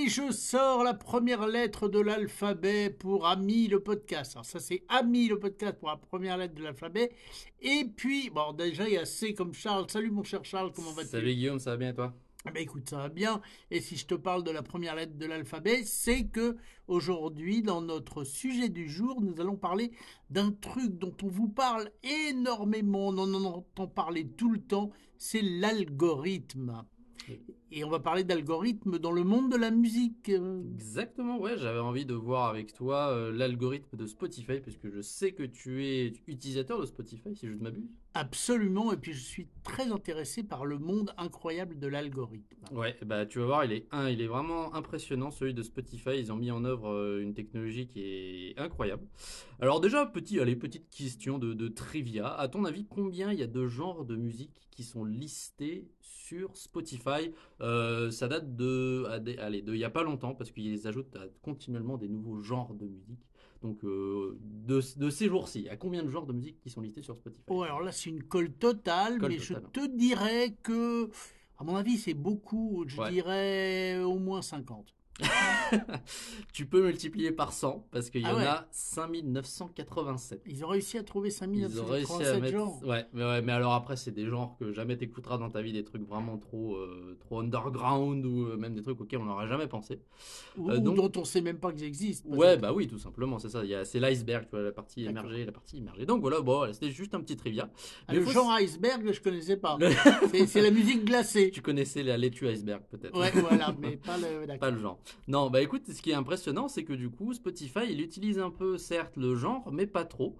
je sors la première lettre de l'alphabet pour Ami le podcast. Alors ça c'est Ami le podcast pour la première lettre de l'alphabet. Et puis, bon déjà il y a C comme Charles. Salut mon cher Charles, comment Salut vas-tu? Guillaume, ça va bien et toi? Eh ben écoute, ça va bien. Et si je te parle de la première lettre de l'alphabet, c'est que aujourd'hui, dans notre sujet du jour, nous allons parler d'un truc dont on vous parle énormément, on en entend parler tout le temps, c'est l'algorithme. Et on va parler d'algorithme dans le monde de la musique. Exactement, ouais, j'avais envie de voir avec toi l'algorithme de Spotify, puisque je sais que tu es utilisateur de Spotify, si je ne m'abuse. Absolument, et puis je suis très intéressé par le monde incroyable de l'algorithme. Ouais, bah tu vas voir, il est vraiment impressionnant celui de Spotify. Ils ont mis en œuvre une technologie qui est incroyable. Alors déjà, petite question de trivia. À ton avis, combien il y a de genres de musique qui sont listés sur Spotify? Ça date il y a pas longtemps parce qu'ils ajoutent continuellement des nouveaux genres de musique. Donc de ces jours-ci, à combien de genres de musique qui sont listés sur Spotify? Oh, alors là, c'est une colle totale, Colle mais je total. te dirais que, à mon avis, c'est beaucoup. Je Ouais. dirais au moins 50. Tu peux multiplier par 100 parce qu'il y Ah en ouais, a 5987. ils ont réussi à trouver Ils ont réussi à 5987 mettre. genres. Ouais, mais alors après, c'est des genres que jamais t'écouteras dans ta vie, des trucs vraiment trop underground ou même des trucs auxquels on n'aurait jamais pensé. Ou Donc, dont on sait même pas qu'ils existent, ouais, peut-être. bah oui, tout simplement, c'est ça. C'est l'iceberg, tu vois, la partie D'accord. émergée, la partie immergée. Donc voilà, bon, voilà, c'était juste un petit trivia. Ah, Mais le faut. genre iceberg, je connaissais pas. Le- C'est la musique glacée. Tu connaissais la laitue iceberg, peut-être. Ouais, voilà, mais pas le. Pas le D'accord. genre. Non, bah écoute, ce qui est impressionnant, c'est que du coup, Spotify, il utilise un peu, certes, le genre, mais pas trop,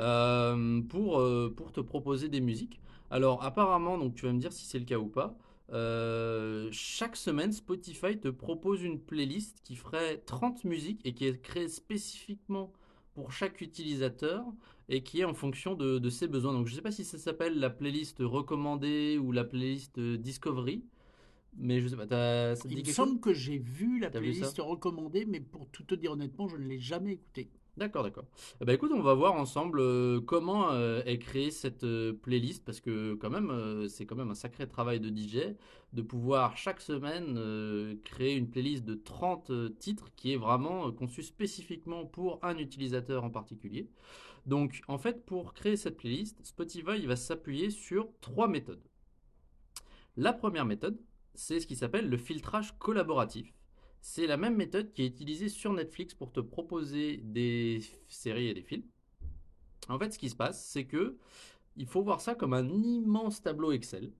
pour te proposer des musiques. Alors, apparemment, donc tu vas me dire si c'est le cas ou pas. Chaque semaine, Spotify te propose une playlist qui ferait 30 musiques et qui est créée spécifiquement pour chaque utilisateur et qui est en fonction de ses besoins. Donc, je ne sais pas si ça s'appelle la playlist recommandée ou la playlist Discovery, mais je sais pas, ça te Il dit me quelque chose? semble que j'ai vu la T'as vu ça? playlist recommandée, mais pour tout te dire honnêtement, je ne l'ai jamais écoutée. D'accord, d'accord. Eh ben, écoute, on va voir ensemble comment est créée cette playlist parce que quand même, c'est quand même un sacré travail de DJ de pouvoir chaque semaine créer une playlist de 30 titres qui est vraiment conçue spécifiquement pour un utilisateur en particulier. Donc, en fait, pour créer cette playlist, Spotify il va s'appuyer sur trois méthodes. La première méthode, c'est ce qui s'appelle le filtrage collaboratif. C'est la même méthode qui est utilisée sur Netflix pour te proposer des séries et des films. En fait, ce qui se passe, c'est que il faut voir ça comme un immense tableau Excel.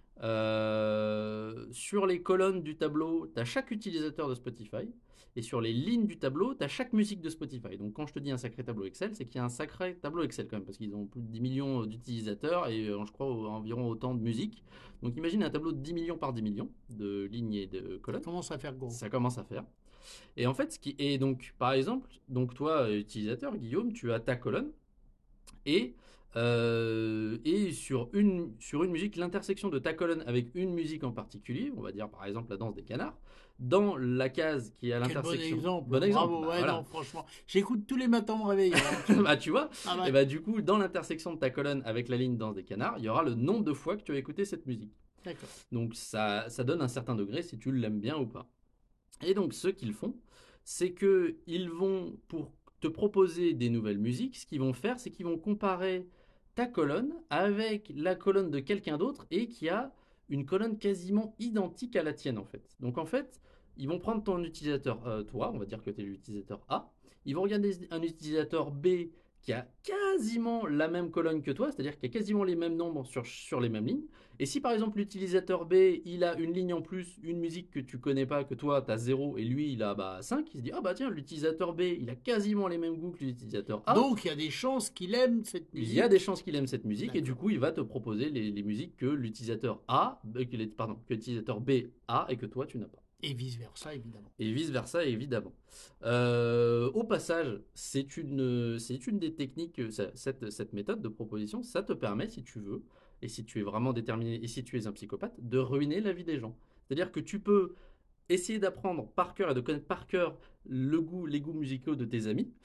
Sur les colonnes du tableau, tu as chaque utilisateur de Spotify. Et sur les lignes du tableau, tu as chaque musique de Spotify. Donc quand je te dis un sacré tableau Excel, c'est qu'il y a un sacré tableau Excel quand même, parce qu'ils ont plus de 10 millions d'utilisateurs et je crois environ autant de musiques. Donc imagine un tableau de 10 millions par 10 millions de lignes et de Ça colonnes. commence à faire gros. Ça commence à faire. Et en fait, donc, par exemple, donc toi, utilisateur, Guillaume, tu as ta colonne et, et sur une musique, l'intersection de ta colonne avec une musique en particulier, on va dire par exemple la danse des canards, dans la case qui est à Quel bon l'intersection. exemple, Bon exemple, bravo. bah Ouais, non, voilà. franchement, j'écoute tous les matins en me réveillant, hein, tu vois. Bah tu vois, Ah et ouais, bah du coup, dans l'intersection de ta colonne avec la ligne danse des canards, il y aura le nombre de fois que tu as écouté cette musique. d'accord. Donc ça donne un certain degré si tu l'aimes bien ou pas. Et donc, ce qu'ils font, c'est qu'ils vont, pour te proposer des nouvelles musiques, ce qu'ils vont faire, c'est qu'ils vont comparer ta colonne avec la colonne de quelqu'un d'autre et qui a une colonne quasiment identique à la tienne, en fait. Donc, en fait, ils vont prendre ton utilisateur, toi, on va dire que tu es l'utilisateur A, ils vont regarder un utilisateur B qui a quasiment la même colonne que toi, c'est-à-dire qui a quasiment les mêmes nombres sur les mêmes lignes, et si par exemple l'utilisateur B, il a une ligne en plus, une musique que tu connais pas, que toi tu as 0 et lui il a 5, il se dit ah bah tiens, l'utilisateur B, il a quasiment les mêmes goûts que l'utilisateur A. Donc, il y a des chances qu'il aime cette Il y a des musique. chances qu'il aime cette musique et du D'accord. coup il va te proposer les musiques que l'utilisateur A, que l'utilisateur B a et que toi tu n'as pas. Et vice-versa, évidemment. Et vice versa évidemment. Au passage, c'est une des techniques, cette méthode de proposition, ça te permet, si tu veux, et si tu es vraiment déterminé, et si tu es un psychopathe, de ruiner la vie des gens. C'est-à-dire que tu peux essayer d'apprendre par cœur et de connaître par cœur les goûts musicaux de tes amis,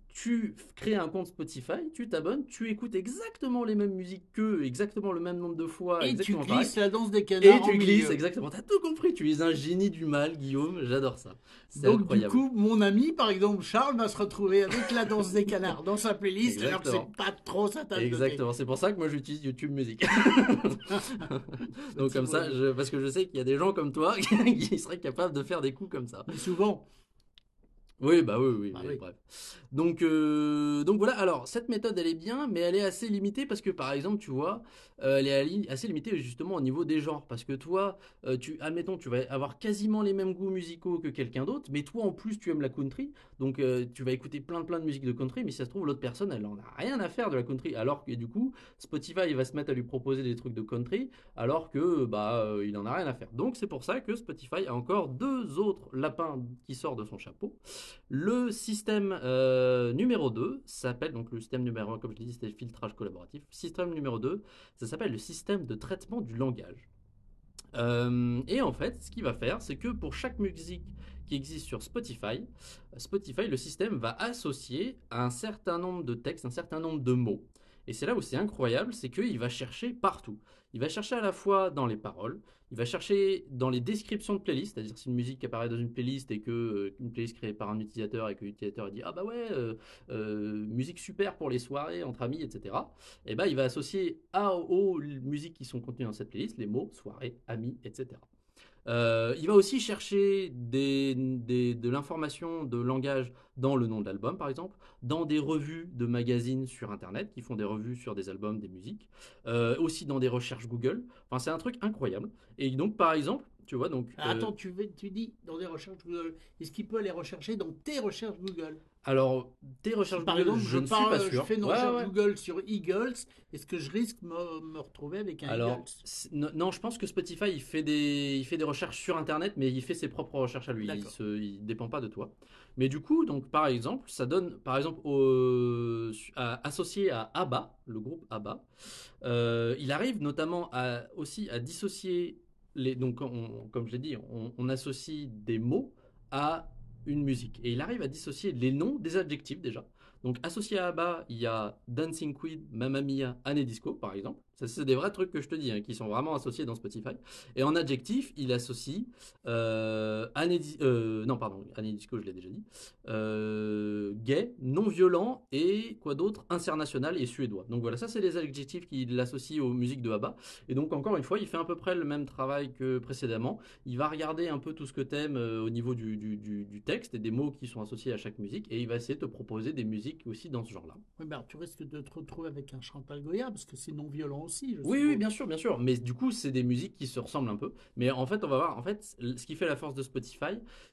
tu crées un compte Spotify, tu t'abonnes, tu écoutes exactement les mêmes musiques qu'eux, exactement le même nombre de fois, Et tu exactement pareil. glisses la danse des Et canards en tu glisses, milieu. exactement. T'as tout compris. Tu es un génie du mal, Guillaume. J'adore ça. C'est Donc du incroyable. coup, mon ami, par exemple Charles, va se retrouver avec la danse des canards dans sa playlist, alors que Exactement. c'est pas trop sa tasse de thé. Exactement. C'est pour ça que moi j'utilise YouTube Music. Donc Petit comme ça, voyou. parce que je sais qu'il y a des gens comme toi qui seraient capables de faire des coups comme ça. Mais souvent, Oui, bah oui, oui, bah mais oui. bref. Donc voilà, alors cette méthode elle est bien, mais elle est assez limitée parce que par exemple, tu vois, elle est assez limitée justement au niveau des genres. Parce que toi, admettons, tu vas avoir quasiment les mêmes goûts musicaux que quelqu'un d'autre, mais toi en plus tu aimes la country, donc tu vas écouter plein de musique de country, mais si ça se trouve, l'autre personne elle en a rien à faire de la country, alors que du coup, Spotify il va se mettre à lui proposer des trucs de country, alors que il en a rien à faire. Donc c'est pour ça que Spotify a encore deux autres lapins qui sortent de son chapeau. Le système numéro 2 s'appelle, donc le système numéro 1, comme je l'ai dit, c'était le filtrage collaboratif. Système numéro 2, ça s'appelle le système de traitement du langage. Et en fait, ce qu'il va faire, c'est que pour chaque musique qui existe sur Spotify, le système va associer un certain nombre de textes, un certain nombre de mots. Et c'est là où c'est incroyable, c'est qu'il va chercher partout. Il va chercher à la fois dans les paroles, il va chercher dans les descriptions de playlist, c'est-à-dire si une musique apparaît dans une playlist et que une playlist créée par un utilisateur et que l'utilisateur dit ah bah ouais musique super pour les soirées entre amis etc. Et ben il va associer aux musiques qui sont contenues dans cette playlist les mots soirée amis etc. Il va aussi chercher de l'information de langage dans le nom de l'album, par exemple, dans des revues de magazines sur Internet qui font des revues sur des albums, des musiques, aussi dans des recherches Google. Enfin, c'est un truc incroyable. Et donc, par exemple, tu vois, donc, Attends, tu dis dans des recherches Google, est-ce qu'il peut aller rechercher dans tes recherches Google? alors, tes Si recherches par Google, exemple je ne suis pas je sûr. fais une Ouais, ouais, recherche ouais. Google sur Eagles, est-ce que je risque de me retrouver avec un Eagles? Alors, non, je pense que Spotify, il fait des recherches sur Internet, mais il fait ses propres recherches à lui. D'accord. Il dépend pas de toi. Mais du coup, donc, par exemple, ça donne, par exemple, associé à ABBA, le groupe ABBA, il arrive notamment aussi à dissocier donc, comme je l'ai dit, on associe des mots à une musique. Et il arrive à dissocier les noms des adjectifs déjà. Donc associé à ABBA, il y a Dancing Queen, Mamma Mia, Anne Disco par exemple. Ça c'est des vrais trucs que je te dis, hein, qui sont vraiment associés dans Spotify. Et en adjectif, il associe non pardon, Anne Disco je l'ai déjà dit, gay, non violent et quoi d'autre, international et suédois. Donc voilà, ça c'est les adjectifs qu'il associe aux musiques de ABBA. Et donc encore une fois, il fait à peu près le même travail que précédemment. Il va regarder un peu tout ce que t'aimes au niveau du texte et des mots qui sont associés à chaque musique et il va essayer de te proposer des musiques aussi dans ce genre-là. Oui, ben, tu risques de te retrouver avec un Chantal Goya parce que c'est non violent aussi, je Oui, oui, suppose. bien sûr, bien sûr. Mais du coup, c'est des musiques qui se ressemblent un peu. Mais en fait, on va voir. En fait, ce qui fait la force de Spotify,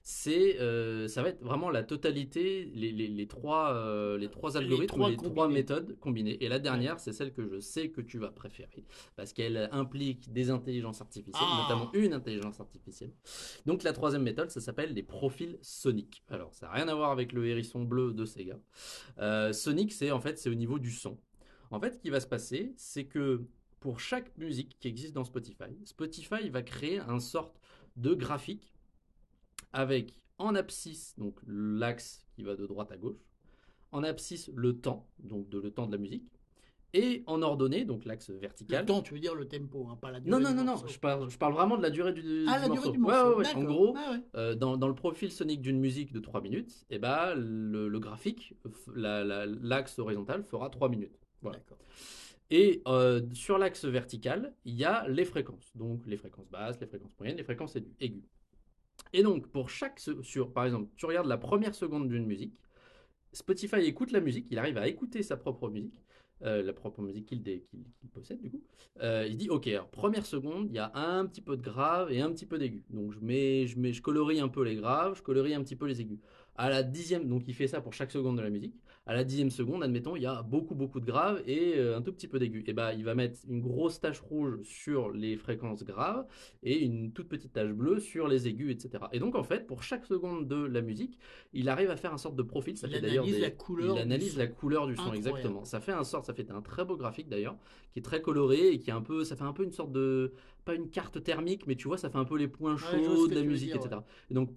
ça va être vraiment la totalité, les trois Les algorithmes, trois les trois combinés. méthodes combinées. Et la dernière, D'accord. c'est celle que je sais que tu vas préférer parce qu'elle implique des intelligences artificielles, notamment Ah, une intelligence artificielle. Donc la troisième méthode, ça s'appelle les profils soniques. Alors, ça n'a rien à voir avec le hérisson bleu de Sega. Sonic, c'est au niveau du son. En fait, ce qui va se passer, c'est que pour chaque musique qui existe dans Spotify va créer un sorte de graphique avec en abscisse, donc l'axe qui va de droite à gauche, en abscisse le temps, donc le temps de la musique, et en ordonnée, donc l'axe le vertical. temps, tu veux dire le tempo, hein, pas la Non, durée non, du non, non, morceau. je parle vraiment de la durée du, Ah, du la durée morceau. du Ouais, ouais, morceau. ouais. En D'accord. gros, Ah ouais. dans le profil sonique d'une musique de 3 minutes, eh ben, le graphique, l'axe horizontal fera 3 minutes. Voilà. D'accord. Et sur l'axe vertical, il y a les fréquences. Donc les fréquences basses, les fréquences moyennes, les fréquences aiguës. Et donc pour par exemple, tu regardes la première seconde d'une musique, Spotify écoute la musique, il arrive à écouter sa propre musique, la propre musique qu'il possède du coup. Il dit ok, alors première seconde, il y a un petit peu de grave et un petit peu d'aigu. Donc je colorie un peu les graves, je colorie un petit peu les aigus. À la dixième, donc il fait ça pour chaque seconde de la musique. À la dixième seconde, admettons, il y a beaucoup de graves et un tout petit peu d'aigu. Et bah il va mettre une grosse tache rouge sur les fréquences graves et une toute petite tache bleue sur les aigus, etc. Et donc en fait, pour chaque seconde de la musique, il arrive à faire un sorte de profil. Ça Il fait d'ailleurs analyse la il couleur du analyse la son. couleur du son exactement. Incroyable. Ça fait un très beau graphique d'ailleurs, qui est très coloré et ça fait un peu une sorte de pas une carte thermique, mais tu vois, ça fait un peu les points Ouais, je vois ce chauds que de la tu veux musique, dire, ouais. etc. Et donc,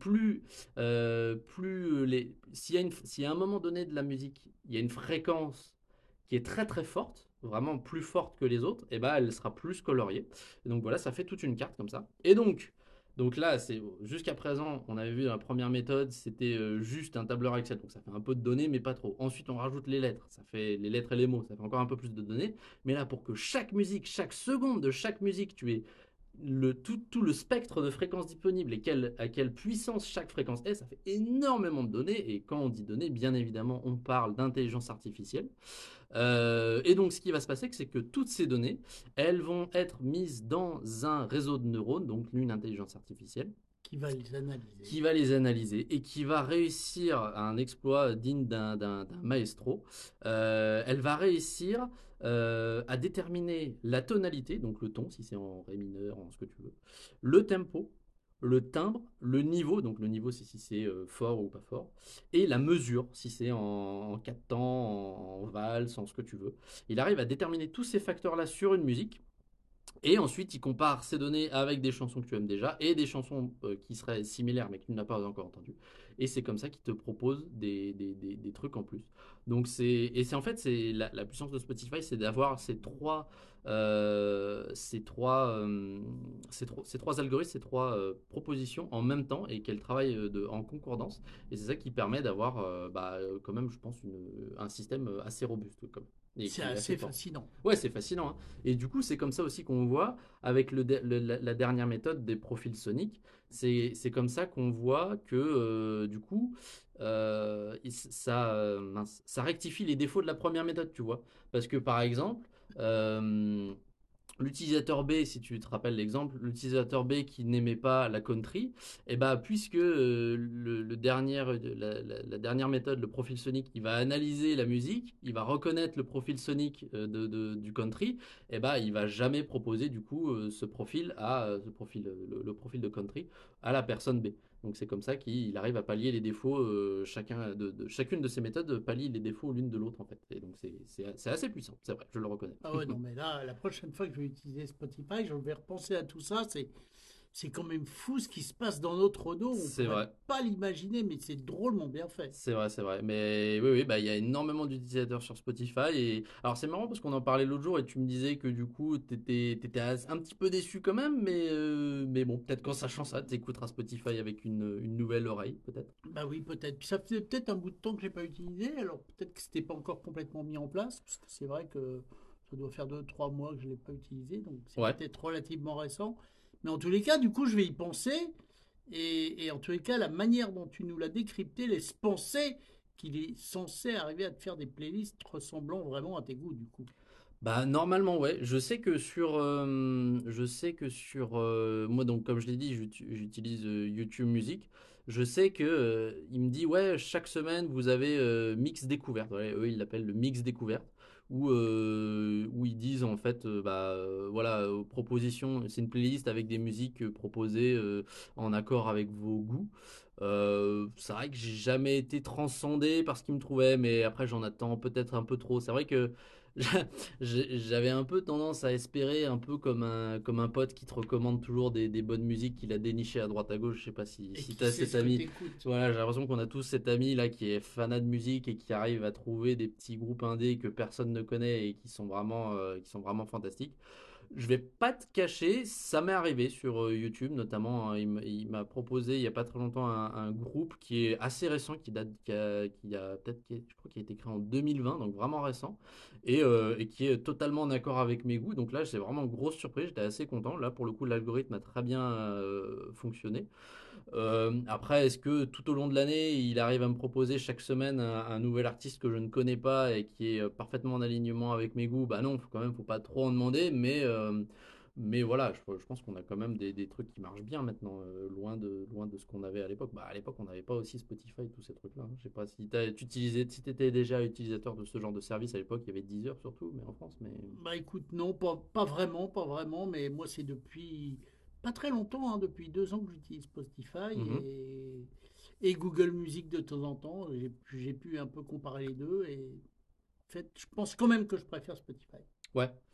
s'il y a un moment donné de la musique, il y a une fréquence qui est très très forte, vraiment plus forte que les autres, et ben elle sera plus coloriée. Et donc voilà, ça fait toute une carte comme ça. Et donc là, c'est jusqu'à présent, on avait vu dans la première méthode, c'était juste un tableur Excel, donc ça fait un peu de données, mais pas trop. Ensuite, on rajoute les lettres, ça fait les lettres et les mots, ça fait encore un peu plus de données. Mais là, pour que chaque musique, chaque seconde de chaque musique, tu aies tout le spectre de fréquences disponibles et à quelle puissance chaque fréquence est, ça fait énormément de données. Et quand on dit données, bien évidemment, on parle d'intelligence artificielle. Et donc, ce qui va se passer, c'est que toutes ces données, elles vont être mises dans un réseau de neurones, donc une intelligence artificielle, Qui va les analyser. qui va les analyser et qui va réussir un exploit digne d'un maestro. Elle va réussir à déterminer la tonalité, donc le ton, si c'est en ré mineur, en ce que tu veux, le tempo, le timbre, le niveau, donc le niveau c'est si c'est fort ou pas fort, et la mesure, si c'est en 4 temps, en valse, en ce que tu veux. Il arrive à déterminer tous ces facteurs-là sur une musique et ensuite, il compare ces données avec des chansons que tu aimes déjà et des chansons qui seraient similaires mais que tu n'as pas encore entendues. Et c'est comme ça qu'il te propose des trucs en plus. Donc c'est en fait c'est la puissance de Spotify, c'est d'avoir ces trois algorithmes, ces trois propositions en même temps et qu'elles travaillent en concordance. Et c'est ça qui permet d'avoir quand même, je pense, un système assez robuste et C'est qui est assez assez fort. fascinant. Ouais, c'est fascinant, hein. Et du coup, c'est comme ça aussi qu'on voit avec la dernière méthode des profils soniques. C'est comme ça qu'on voit que du coup, ça rectifie les défauts de la première méthode, tu vois. Parce que par exemple, euh, l'utilisateur B, si tu te rappelles l'exemple, l'utilisateur B qui n'aimait pas la country, et bah puisque la dernière méthode, le profil sonique, il va analyser la musique, il va reconnaître le profil sonique du country, et bah il va jamais proposer du coup le profil de country à la personne B. Donc c'est comme ça qu'il arrive à pallier les défauts, chacune de ces méthodes pallie les défauts l'une de l'autre en fait. Et donc c'est assez puissant, c'est vrai, je le reconnais. Ah ouais, non, mais là, la prochaine fois que je vais utiliser Spotify, je vais repenser à tout ça. C'est quand même fou ce qui se passe dans notre dos. On C'est pourrait vrai. pas l'imaginer, mais c'est drôlement bien fait. C'est vrai, c'est vrai. Mais oui, oui, bah, il y a énormément d'utilisateurs sur Spotify. Et alors, c'est marrant parce qu'on en parlait l'autre jour et tu me disais que du coup, t'étais un petit peu déçu quand même. Mais bon, peut-être qu'en sachant ça, t'écouteras Spotify avec une nouvelle oreille, peut-être. Bah oui, peut-être. Puis ça fait peut-être un bout de temps que j'ai pas utilisé, alors peut-être que c'était pas encore complètement mis en place, parce que c'est vrai que ça doit faire 2, 3 mois que je l'ai pas utilisé, donc c'est Ouais. peut-être relativement récent. Mais en tous les cas, du coup, je vais y penser. Et en tous les cas, la manière dont tu nous l'as décrypté laisse penser qu'il est censé arriver à te faire des playlists ressemblant vraiment à tes goûts, du coup. Bah normalement ouais, je sais que sur moi donc comme je l'ai dit, j'utilise YouTube Music. Je sais que il me dit ouais, chaque semaine vous avez mix découverte. Ouais, eux ils l'appellent le mix découverte où ils disent en fait voilà, proposition, c'est une playlist avec des musiques proposées en accord avec vos goûts. C'est vrai que j'ai jamais été transcendé par ce qu'ils me trouvaient, mais après j'en attends peut-être un peu trop. C'est vrai que j'avais un peu tendance à espérer, un peu comme un pote qui te recommande toujours des bonnes musiques qu'il a dénichées à droite à gauche. Je sais pas Et si qui t'as sait cet ce que ami. t'écoutes. Voilà, j'ai l'impression qu'on a tous cet ami là qui est fanat de musique et qui arrive à trouver des petits groupes indés que personne ne connaît et qui sont vraiment fantastiques. Je vais pas te cacher, ça m'est arrivé sur YouTube notamment, hein. Il m'a proposé il y a pas très longtemps un groupe qui est assez récent, qui a peut-être, je crois qu'il a été créé en 2020, donc vraiment récent, et qui est totalement en accord avec mes goûts. Donc là, c'est vraiment une grosse surprise, j'étais assez content. Là, pour le coup, l'algorithme a très bien fonctionné. Après, est-ce que tout au long de l'année, il arrive à me proposer chaque semaine un nouvel artiste que je ne connais pas et qui est parfaitement en alignement avec mes goûts? Bah non, faut pas trop en demander, mais voilà, je pense qu'on a quand même des trucs qui marchent bien maintenant, loin de ce qu'on avait à l'époque. Bah, à l'époque, on n'avait pas aussi Spotify, tous ces trucs-là, hein. Je sais pas si tu étais déjà utilisateur de ce genre de service à l'époque, il y avait Deezer surtout, mais en France, mais. Bah écoute, non, pas vraiment, pas vraiment, mais moi c'est depuis pas très longtemps, hein, depuis 2 ans que j'utilise Spotify Mhm. et Google Music de temps en temps. J'ai pu un peu comparer les deux et en fait, je pense quand même que je préfère Spotify. Ouais.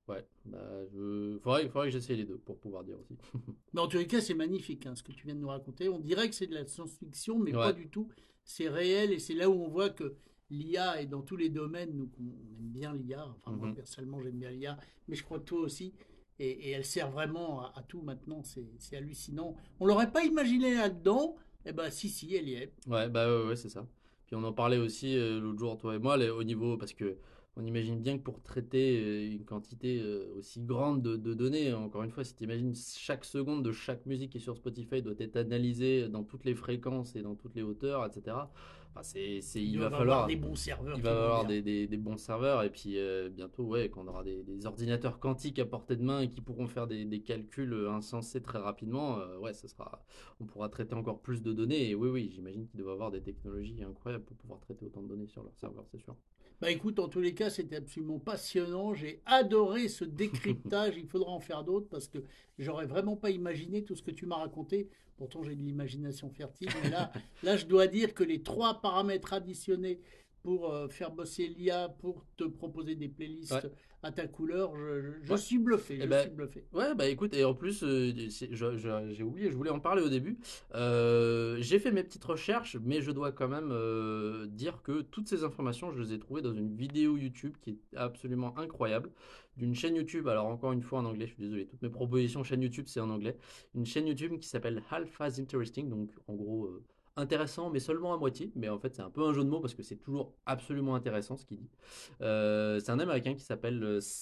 Ouais, faudrait que j'essaye les deux pour pouvoir dire aussi. Mais en tous les cas, c'est magnifique ce que tu viens de nous raconter. On dirait que c'est de la science-fiction, mais pas Ouais. du tout. C'est réel et c'est là où on voit que l'IA est dans tous les domaines. Nous, on aime bien l'IA. Enfin, moi, Mhm. personnellement, j'aime bien l'IA, mais je crois que toi aussi. Et elle sert vraiment à tout maintenant. C'est hallucinant. On l'aurait pas imaginé là-dedans. Eh ben, si, si, elle y est. Ouais, bah ouais, c'est ça. Puis on en parlait aussi l'autre jour, toi et moi, au niveau, parce que on imagine bien que pour traiter une quantité aussi grande de données, encore une fois, si tu imagines chaque seconde de chaque musique qui est sur Spotify doit être analysée dans toutes les fréquences et dans toutes les hauteurs, etc. Enfin, Ils il va doivent avoir falloir des bons serveurs il qui va y vont avoir bien. des bons serveurs et puis bientôt, ouais, quand on aura des ordinateurs quantiques à portée de main et qui pourront faire des calculs insensés très rapidement, ouais, on pourra traiter encore plus de données. Et oui, oui, j'imagine qu'ils doivent avoir des technologies incroyables pour pouvoir traiter autant de données sur leur serveur, c'est sûr. Bah écoute, en tous les cas, c'était absolument passionnant. J'ai adoré ce décryptage. Il faudra en faire d'autres parce que j'aurais vraiment pas imaginé tout ce que tu m'as raconté. Pourtant, j'ai de l'imagination fertile. Mais là, je dois dire que les trois paramètres additionnés pour faire bosser l'IA, pour te proposer des Ouais, playlists à ta couleur, je ouais. suis bluffé. Et Je ben, suis bluffé. ouais, bah écoute, et en plus, j'ai oublié, je voulais en parler au début. J'ai fait mes petites recherches, mais je dois quand même dire que toutes ces informations, je les ai trouvées dans une vidéo YouTube qui est absolument incroyable, d'une chaîne YouTube. Alors encore une fois en anglais, je suis désolé, toutes mes propositions chaîne YouTube c'est en anglais. Une chaîne YouTube qui s'appelle Half as Interesting, donc en gros intéressant, mais seulement à moitié. Mais en fait, c'est un peu un jeu de mots parce que c'est toujours absolument intéressant ce qu'il dit. C'est un Américain qui s'appelle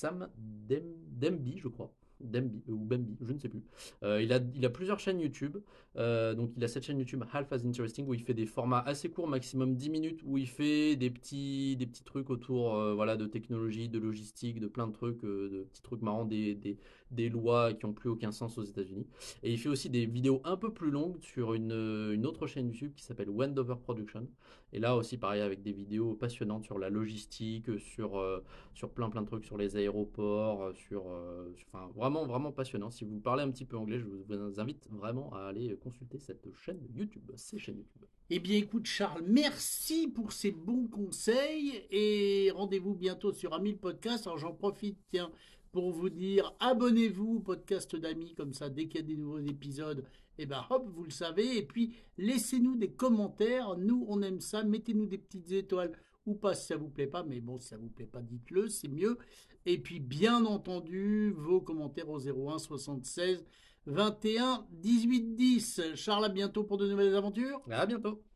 Demby, je crois. Demby ou Bambi, je ne sais plus. Il a plusieurs chaînes YouTube. Donc il a cette chaîne YouTube Half as Interesting où il fait des formats assez courts, maximum 10 minutes, où il fait des petits trucs autour voilà, de technologie, de logistique, de plein de trucs, de petits trucs marrants, des lois qui n'ont plus aucun sens aux États-Unis. Et il fait aussi des vidéos un peu plus longues sur une autre chaîne YouTube qui s'appelle Wendover Production. Et là aussi, pareil, avec des vidéos passionnantes sur la logistique, sur plein de trucs, sur les aéroports, enfin, vraiment, vraiment passionnant. Si vous parlez un petit peu anglais, je vous invite vraiment à aller consulter cette chaîne YouTube, ces chaînes YouTube. Eh bien, écoute, Charles, merci pour ces bons conseils et rendez-vous bientôt sur Ami le podcast. Alors, j'en profite, tiens, pour vous dire abonnez-vous au podcast d'Ami, comme ça, dès qu'il y a des nouveaux épisodes, eh ben hop, vous le savez. Et puis, laissez-nous des commentaires. Nous, on aime ça. Mettez-nous des petites étoiles ou pas si ça vous plaît pas. Mais bon, si ça vous plaît pas, dites-le, c'est mieux. Et puis, bien entendu, vos commentaires au 01 76 21 18 10. Charles, à bientôt pour de nouvelles aventures. À bientôt!